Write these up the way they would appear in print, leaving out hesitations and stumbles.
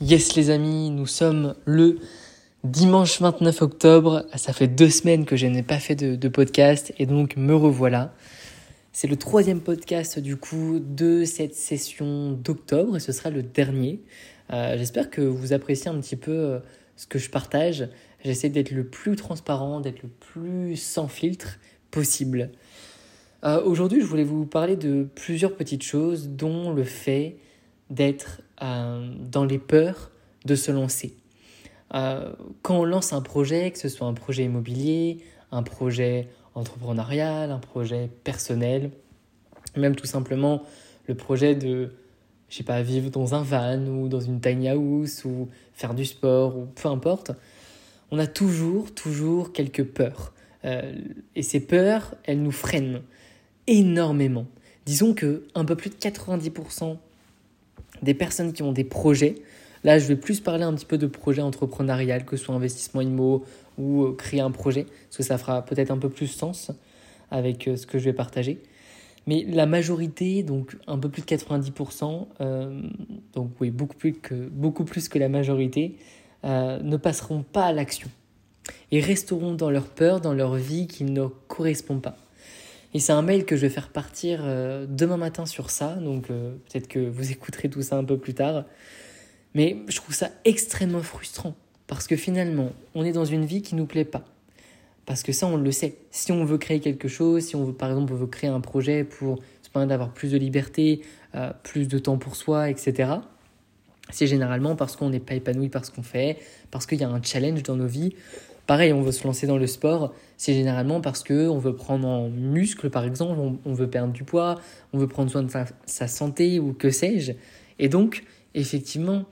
Yes les amis, nous sommes le dimanche 29 octobre. Ça fait 2 semaines que je n'ai pas fait de podcast et donc me revoilà. C'est le 3e podcast du coup de cette session d'octobre et ce sera le dernier. J'espère que vous appréciez un petit peu ce que je partage. J'essaie d'être le plus transparent, d'être le plus sans filtre possible. Aujourd'hui, je voulais vous parler de plusieurs petites choses, dont le fait d'être dans les peurs de se lancer. Quand on lance un projet, que ce soit un projet immobilier, un projet entrepreneurial, un projet personnel, même tout simplement le projet de, vivre dans un van ou dans une tiny house ou faire du sport ou peu importe, on a toujours quelques peurs. Et ces peurs, elles nous freinent énormément. Disons que un peu plus de 90% des personnes qui ont des projets, là je vais plus parler un petit peu de projet entrepreneurial, que ce soit investissement immo ou créer un projet, parce que ça fera peut-être un peu plus sens avec ce que je vais partager. Mais la majorité, donc un peu plus de 90%, donc oui, beaucoup plus que la majorité, ne passeront pas à l'action et resteront dans leur peur, dans leur vie qui ne correspond pas. Et c'est un mail que je vais faire partir demain matin sur ça, donc peut-être que vous écouterez tout ça un peu plus tard. Mais je trouve ça extrêmement frustrant, parce que finalement, on est dans une vie qui ne nous plaît pas. Parce que ça, on le sait. Si on veut créer quelque chose, si on veut, par exemple, créer un projet pour se permettre d'avoir plus de liberté, plus de temps pour soi, etc., c'est généralement parce qu'on n'est pas épanoui par ce qu'on fait, parce qu'il y a un challenge dans nos vies. Pareil, on veut se lancer dans le sport, c'est généralement parce qu'on veut prendre en muscle, par exemple, on veut perdre du poids, on veut prendre soin de sa santé ou que sais-je. Et donc, effectivement,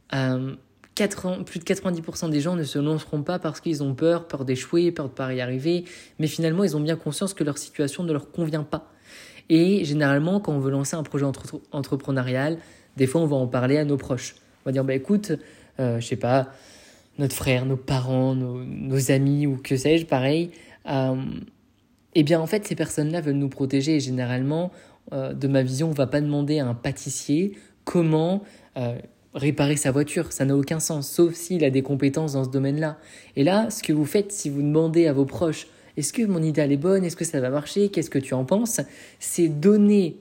plus de 90% des gens ne se lanceront pas parce qu'ils ont peur d'échouer, peur de ne pas y arriver, mais finalement, ils ont bien conscience que leur situation ne leur convient pas. Et généralement, quand on veut lancer un projet entrepreneurial, des fois, on va en parler à nos proches. On va dire, écoute, notre frère, nos parents, nos amis ou que sais-je, pareil. Eh bien, en fait, ces personnes-là veulent nous protéger. Et généralement, de ma vision, on ne va pas demander à un pâtissier comment réparer sa voiture. Ça n'a aucun sens, sauf s'il a des compétences dans ce domaine-là. Et là, ce que vous faites, si vous demandez à vos proches, est-ce que mon idée elle est bonne? Est-ce que ça va marcher? Qu'est-ce que tu en penses? C'est donner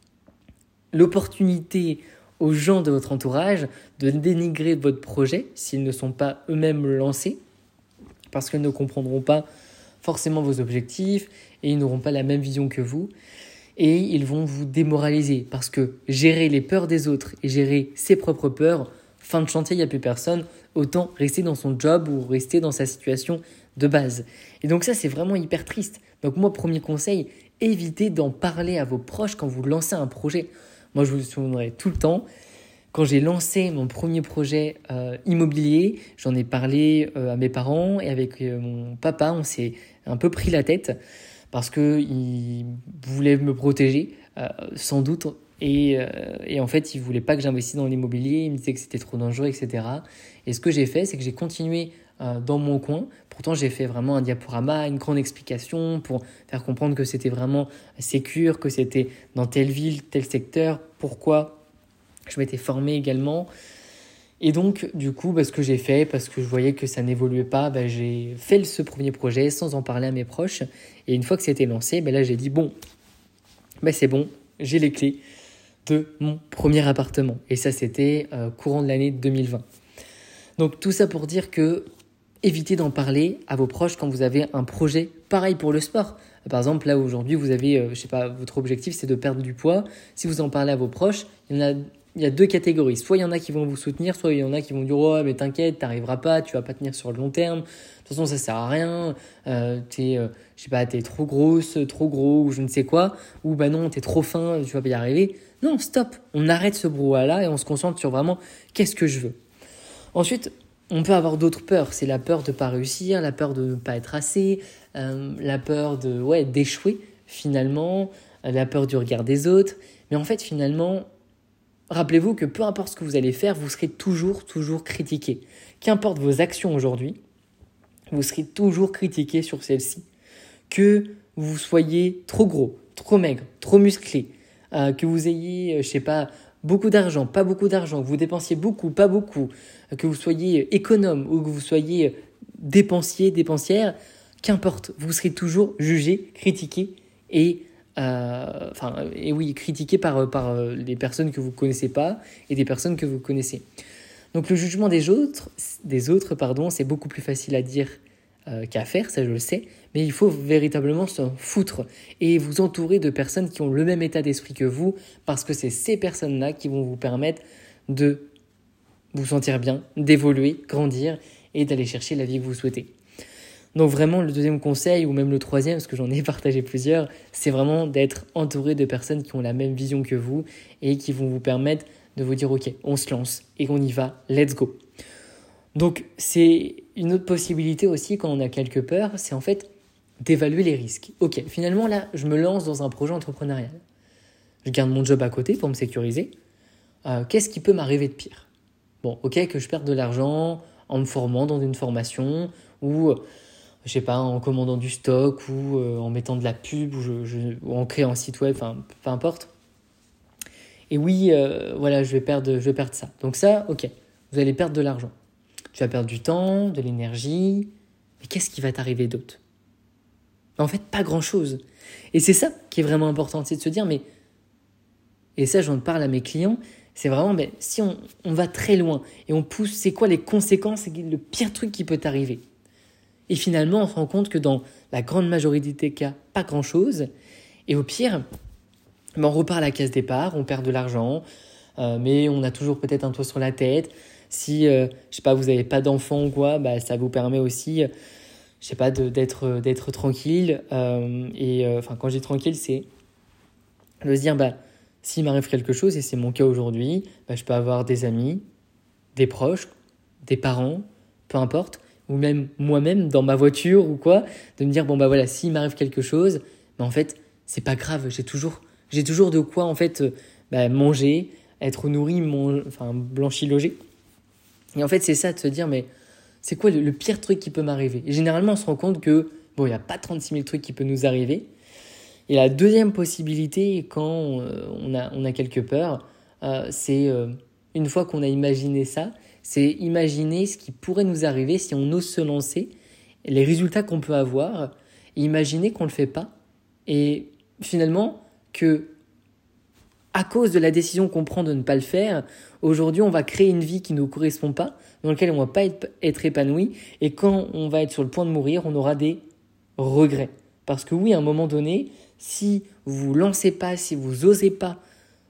l'opportunité aux gens de votre entourage de dénigrer votre projet s'ils ne sont pas eux-mêmes lancés, parce qu'ils ne comprendront pas forcément vos objectifs et ils n'auront pas la même vision que vous et ils vont vous démoraliser, parce que gérer les peurs des autres et gérer ses propres peurs, fin de chantier, il n'y a plus personne, autant rester dans son job ou rester dans sa situation de base. Et donc ça, c'est vraiment hyper triste. Donc moi, premier conseil, évitez d'en parler à vos proches quand vous lancez un projet. Moi, je vous souviendrai tout le temps, quand j'ai lancé mon premier projet immobilier, j'en ai parlé à mes parents et avec mon papa, on s'est un peu pris la tête parce qu'il voulait me protéger, sans doute. Et en fait, il ne voulait pas que j'investisse dans l'immobilier, il me disait que c'était trop dangereux, etc. Et ce que j'ai fait, c'est que j'ai continué dans mon coin. Pourtant, j'ai fait vraiment un diaporama, une grande explication pour faire comprendre que c'était vraiment sécure, que c'était dans telle ville, tel secteur, pourquoi je m'étais formé également. Et donc, du coup, ce que j'ai fait, parce que je voyais que ça n'évoluait pas, j'ai fait ce premier projet sans en parler à mes proches. Et une fois que c'était lancé, là, j'ai dit, c'est bon, j'ai les clés de mon premier appartement. Et ça, c'était courant de l'année 2020. Donc, tout ça pour dire que évitez d'en parler à vos proches quand vous avez un projet pareil pour le sport. Par exemple, là, aujourd'hui, vous avez, votre objectif, c'est de perdre du poids. Si vous en parlez à vos proches, il y a 2 catégories. Soit il y en a qui vont vous soutenir, soit il y en a qui vont dire « Oh, mais t'inquiète, t'arriveras pas, tu vas pas tenir sur le long terme. De toute façon, ça sert à rien. T'es trop grosse, trop gros ou je ne sais quoi. Ou non, t'es trop fin, tu vas pas y arriver. » Non, stop. On arrête ce brouhaha-là et on se concentre sur vraiment qu'est-ce que je veux. Ensuite, on peut avoir d'autres peurs. C'est la peur de ne pas réussir, la peur de ne pas être assez, la peur d'échouer finalement, la peur du regard des autres. Mais en fait, finalement, rappelez-vous que peu importe ce que vous allez faire, vous serez toujours critiqué. Qu'importe vos actions aujourd'hui, vous serez toujours critiqué sur celles-ci. Que vous soyez trop gros, trop maigre, trop musclé, que vous ayez, beaucoup d'argent, pas beaucoup d'argent, que vous dépensiez beaucoup, pas beaucoup, que vous soyez économe ou que vous soyez dépensier, dépensière, qu'importe, vous serez toujours jugé, critiqué et critiqué par les personnes que vous ne connaissez pas et des personnes que vous connaissez. Donc le jugement des autres, c'est beaucoup plus facile à dire qu'à faire, ça je le sais, mais il faut véritablement s'en foutre et vous entourer de personnes qui ont le même état d'esprit que vous, parce que c'est ces personnes-là qui vont vous permettre de vous sentir bien, d'évoluer, grandir et d'aller chercher la vie que vous souhaitez. Donc vraiment, le deuxième conseil, ou même le troisième, parce que j'en ai partagé plusieurs, c'est vraiment d'être entouré de personnes qui ont la même vision que vous et qui vont vous permettre de vous dire « Ok, on se lance et on y va, let's go ». Donc c'est une autre possibilité aussi quand on a quelques peurs, c'est en fait d'évaluer les risques. Ok, finalement là, je me lance dans un projet entrepreneurial. Je garde mon job à côté pour me sécuriser. Qu'est-ce qui peut m'arriver de pire ? Bon, ok, que je perde de l'argent en me formant dans une formation ou je sais pas, en commandant du stock ou en mettant de la pub ou en créant un site web, enfin peu importe. Et oui, je vais perdre ça. Donc ça, ok, vous allez perdre de l'argent. Tu vas perdre du temps, de l'énergie. Mais qu'est-ce qui va t'arriver d'autre ? En fait, pas grand-chose. Et c'est ça qui est vraiment important, c'est de se dire, et ça j'en parle à mes clients, c'est vraiment, si on va très loin et on pousse, c'est quoi les conséquences, c'est le pire truc qui peut t'arriver ? Et finalement, on se rend compte que dans la grande majorité des cas, pas grand-chose. Et au pire, on repart à la case départ, on perd de l'argent, mais on a toujours peut-être un toit sur la tête. Si, vous n'avez pas d'enfant ou quoi, ça vous permet aussi, d'être tranquille. Quand je dis tranquille, c'est de se dire, s'il m'arrive quelque chose, et c'est mon cas aujourd'hui, je peux avoir des amis, des proches, des parents, peu importe, ou même moi-même dans ma voiture ou quoi, de me dire s'il m'arrive quelque chose, en fait c'est pas grave, j'ai toujours de quoi en fait manger, être nourri, blanchi, logé. Et en fait c'est ça, de se dire c'est quoi le pire truc qui peut m'arriver. Et généralement on se rend compte que il n'y a pas 36 000 trucs qui peuvent nous arriver. Et la deuxième possibilité, quand on a quelques peurs, c'est une fois qu'on a imaginé ça, c'est imaginer ce qui pourrait nous arriver si on ose se lancer, les résultats qu'on peut avoir, et imaginer qu'on ne le fait pas. Et finalement, que à cause de la décision qu'on prend de ne pas le faire, aujourd'hui, on va créer une vie qui ne nous correspond pas, dans laquelle on ne va pas être épanoui. Et quand on va être sur le point de mourir, on aura des regrets. Parce que oui, à un moment donné, si vous ne lancez pas, si vous n'osez pas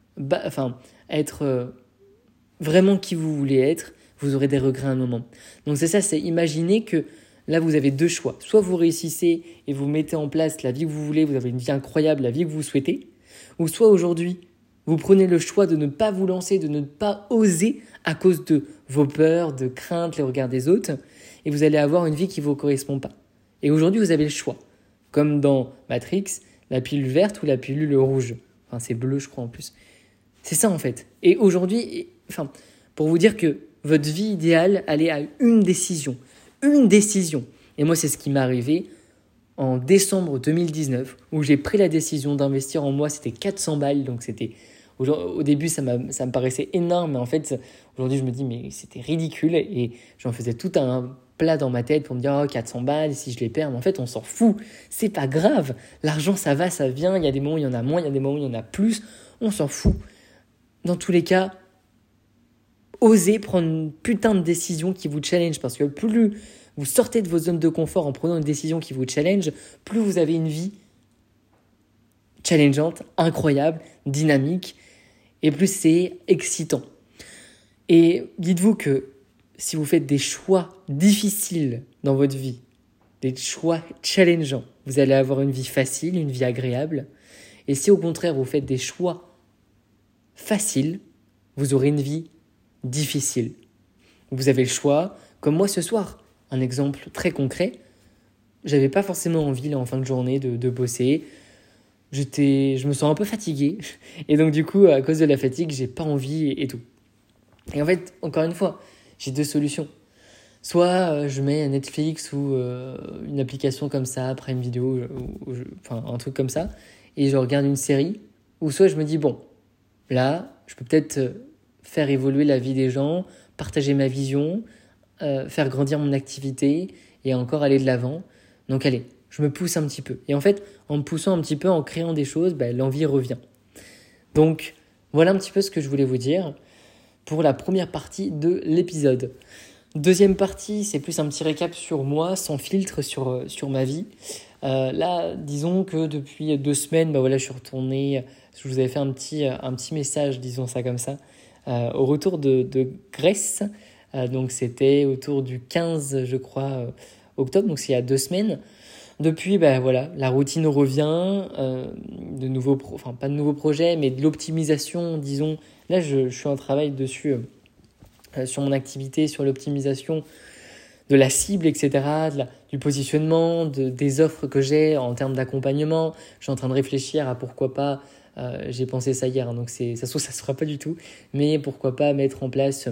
être vraiment qui vous voulez être, vous aurez des regrets à un moment. Donc c'est ça, c'est imaginer que là vous avez deux choix. Soit vous réussissez et vous mettez en place la vie que vous voulez, vous avez une vie incroyable, la vie que vous souhaitez. Ou soit aujourd'hui, vous prenez le choix de ne pas vous lancer, de ne pas oser à cause de vos peurs, de craintes, les regards des autres. Et vous allez avoir une vie qui ne vous correspond pas. Et aujourd'hui, vous avez le choix. Comme dans Matrix, la pilule verte ou la pilule rouge. Enfin, c'est bleu, je crois, en plus. C'est ça, en fait. Et aujourd'hui, pour vous dire que votre vie idéale, elle est à une décision. Une décision. Et moi, c'est ce qui m'est arrivé en décembre 2019, où j'ai pris la décision d'investir en moi. C'était 400 balles, donc c'était... Au début, ça me paraissait énorme, mais en fait, aujourd'hui, je me dis, mais c'était ridicule. Et j'en faisais tout un plat dans ma tête pour me dire, 400 balles, si je les perds. Mais en fait, on s'en fout. C'est pas grave. L'argent, ça va, ça vient. Il y a des moments où il y en a moins, il y a des moments où il y en a plus. On s'en fout. Dans tous les cas, osez prendre une putain de décision qui vous challenge, parce que plus vous sortez de vos zones de confort en prenant une décision qui vous challenge, plus vous avez une vie challengeante, incroyable, dynamique, et plus c'est excitant. Et dites-vous que si vous faites des choix difficiles dans votre vie, des choix challengeants, vous allez avoir une vie facile, une vie agréable. Et si au contraire vous faites des choix faciles, vous aurez une vie difficile. Vous avez le choix, comme moi ce soir. Un exemple très concret, j'avais pas forcément envie là en fin de journée de bosser. Je me sens un peu fatigué et donc du coup à cause de la fatigue j'ai pas envie et tout. Et en fait encore une fois j'ai deux solutions. Soit je mets Netflix ou une application comme ça, Prime Video, un truc comme ça, et je regarde une série. Ou soit je me dis là, je peux peut-être faire évoluer la vie des gens, partager ma vision, faire grandir mon activité et encore aller de l'avant. Donc allez, je me pousse un petit peu. Et en fait, en me poussant un petit peu, en créant des choses, l'envie revient. Donc voilà un petit peu ce que je voulais vous dire pour la première partie de l'épisode. Deuxième partie, c'est plus un petit récap sur moi, sans filtre, sur ma vie. Là, disons que depuis 2 semaines, je suis retourné, je vous avais fait un petit message, disons ça comme ça, au retour de Grèce. Donc c'était autour du 15, je crois, octobre, donc c'est il y a 2 semaines. Depuis, la routine revient, pas de nouveaux projets, mais de l'optimisation, disons. Là, je suis en travail dessus, sur mon activité, sur l'optimisation de la cible, etc., du positionnement, des offres que j'ai en termes d'accompagnement. Je suis en train de réfléchir à pourquoi pas, j'ai pensé ça hier, donc ça se trouve ça ne se fera pas du tout, mais pourquoi pas mettre en place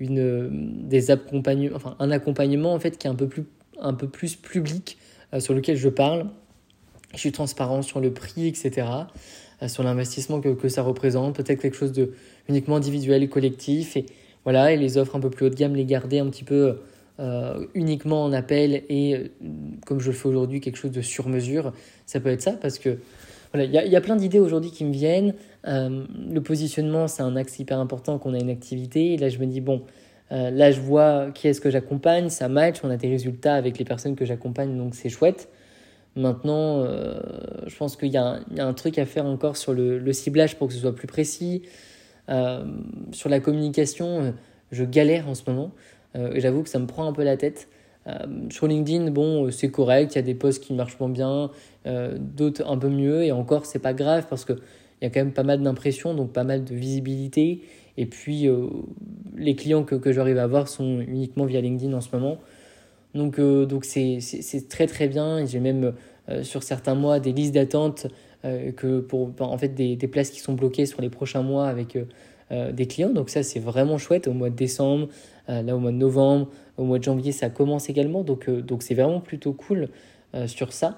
un accompagnement en fait, qui est un peu plus public, sur lequel je parle. Je suis transparent sur le prix, etc., sur l'investissement que ça représente, peut-être quelque chose de uniquement individuel et collectif, et voilà, et les offres un peu plus haut de gamme, les garder un petit peu uniquement en appel et comme je le fais aujourd'hui, quelque chose de sur mesure. Ça peut être ça parce que voilà, il y a plein d'idées aujourd'hui qui me viennent. Le positionnement, c'est un axe hyper important qu'on a une activité. Et là, je me dis, là, je vois qui est-ce que j'accompagne, ça match, on a des résultats avec les personnes que j'accompagne, donc c'est chouette. Maintenant, je pense qu'il y a un truc à faire encore sur le ciblage pour que ce soit plus précis. Sur la communication, je galère en ce moment. Et j'avoue que ça me prend un peu la tête. Sur LinkedIn, c'est correct, il y a des posts qui marchent moins bien, d'autres un peu mieux, et encore, c'est pas grave parce qu'il y a quand même pas mal d'impressions, donc pas mal de visibilité. Et puis, les clients que j'arrive à avoir sont uniquement via LinkedIn en ce moment. Donc c'est très très bien. Et j'ai même sur certains mois des listes d'attente en fait des places qui sont bloquées sur les prochains mois avec des clients. Donc ça c'est vraiment chouette au mois de décembre, là au mois de novembre, au mois de janvier ça commence également. Donc c'est vraiment plutôt cool sur ça.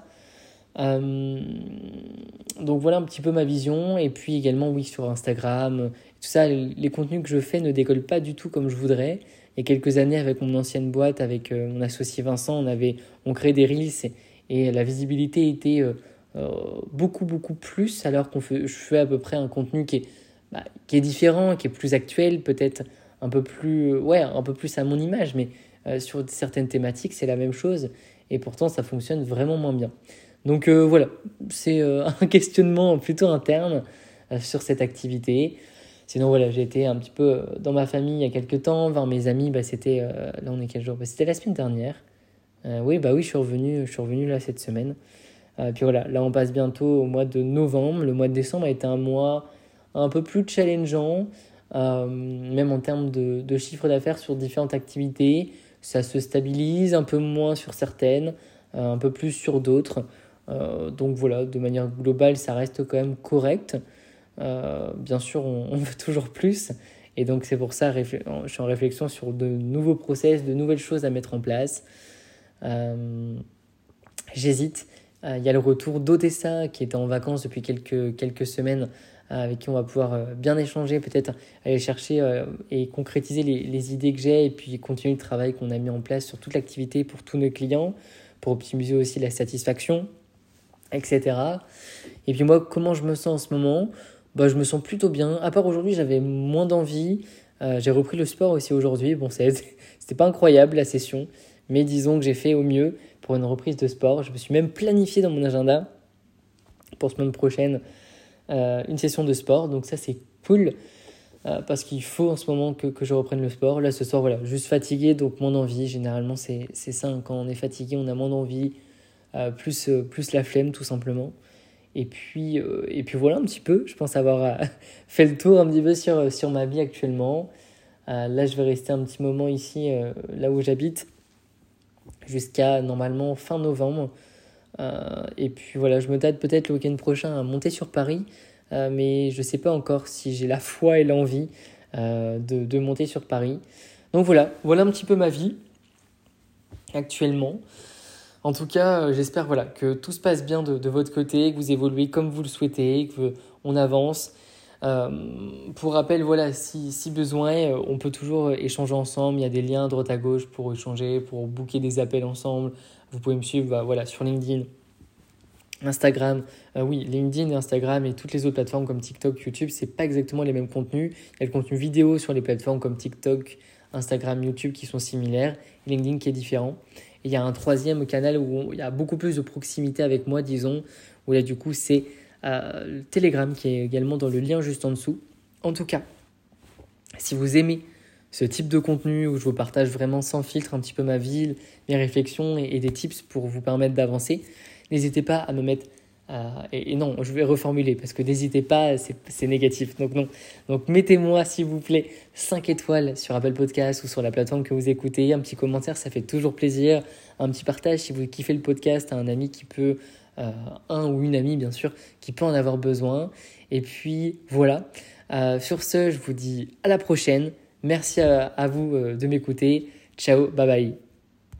Donc voilà un petit peu ma vision. Et puis également oui sur Instagram, tout ça, les contenus que je fais ne décollent pas du tout comme je voudrais. Il y a quelques années, avec mon ancienne boîte, avec mon associé Vincent, on créait des Reels et la visibilité était beaucoup, beaucoup plus, alors je fais à peu près un contenu qui est différent, qui est plus actuel, peut-être un peu plus à mon image, mais sur certaines thématiques, c'est la même chose et pourtant, ça fonctionne vraiment moins bien. Donc voilà, c'est un questionnement plutôt interne sur cette activité. Sinon, voilà, j'ai été un petit peu dans ma famille il y a quelques temps, voir mes amis, c'était, là on est quel jour ? C'était la semaine dernière. Oui, je suis revenu là cette semaine. Puis voilà, là on passe bientôt au mois de novembre. Le mois de décembre a été un mois un peu plus challengeant, même en termes de chiffre d'affaires sur différentes activités. Ça se stabilise un peu moins sur certaines, un peu plus sur d'autres. Donc voilà, de manière globale, ça reste quand même correct. Bien sûr, on veut toujours plus. Et donc, c'est pour ça je suis en réflexion sur de nouveaux process, de nouvelles choses à mettre en place. J'hésite. Il y a le retour d'Odessa qui était en vacances depuis quelques semaines, avec qui on va pouvoir bien échanger, peut-être aller chercher et concrétiser les idées que j'ai et puis continuer le travail qu'on a mis en place sur toute l'activité pour tous nos clients, pour optimiser aussi la satisfaction, etc. Et puis moi, comment je me sens en ce moment ? Je me sens plutôt bien. À part aujourd'hui, j'avais moins d'envie. J'ai repris le sport aussi aujourd'hui. C'était pas incroyable la session, mais disons que j'ai fait au mieux pour une reprise de sport. Je me suis même planifié dans mon agenda pour semaine prochaine une session de sport. Donc ça, c'est cool parce qu'il faut en ce moment que je reprenne le sport. Là, ce soir, voilà, juste fatigué, donc moins d'envie. Généralement, c'est ça. Quand on est fatigué, on a moins d'envie, plus la flemme, tout simplement. Et puis voilà un petit peu, je pense avoir fait le tour un petit peu sur ma vie actuellement. Là, je vais rester un petit moment ici, là où j'habite, jusqu'à normalement fin novembre. Et puis voilà, je me tâte peut-être le week-end prochain à monter sur Paris, mais je ne sais pas encore si j'ai la foi et l'envie de monter sur Paris. Donc voilà un petit peu ma vie actuellement. En tout cas, j'espère que tout se passe bien de votre côté, que vous évoluez comme vous le souhaitez, qu'on avance. Pour rappel, voilà, si besoin, on peut toujours échanger ensemble. Il y a des liens à droite à gauche pour échanger, pour booker des appels ensemble. Vous pouvez me suivre voilà, sur LinkedIn, Instagram. Oui, LinkedIn, Instagram et toutes les autres plateformes comme TikTok, YouTube, c'est pas exactement les mêmes contenus. Il y a le contenu vidéo sur les plateformes comme TikTok, Instagram, YouTube qui sont similaires, et LinkedIn qui est différent. Et il y a un troisième canal où il y a beaucoup plus de proximité avec moi, disons, où là du coup c'est Telegram qui est également dans le lien juste en dessous. En tout cas, si vous aimez ce type de contenu où je vous partage vraiment sans filtre un petit peu ma vie, mes réflexions et des tips pour vous permettre d'avancer, n'hésitez pas à me mettre... et non, je vais reformuler parce que n'hésitez pas, c'est négatif. Donc non. Donc mettez-moi s'il vous plaît 5 étoiles sur Apple Podcast ou sur la plateforme que vous écoutez. Un petit commentaire, ça fait toujours plaisir. Un petit partage si vous kiffez le podcast à un ami qui peut... un ou une amie bien sûr, qui peut en avoir besoin. Et puis voilà. Sur ce, je vous dis à la prochaine. Merci à vous de m'écouter. Ciao, bye bye.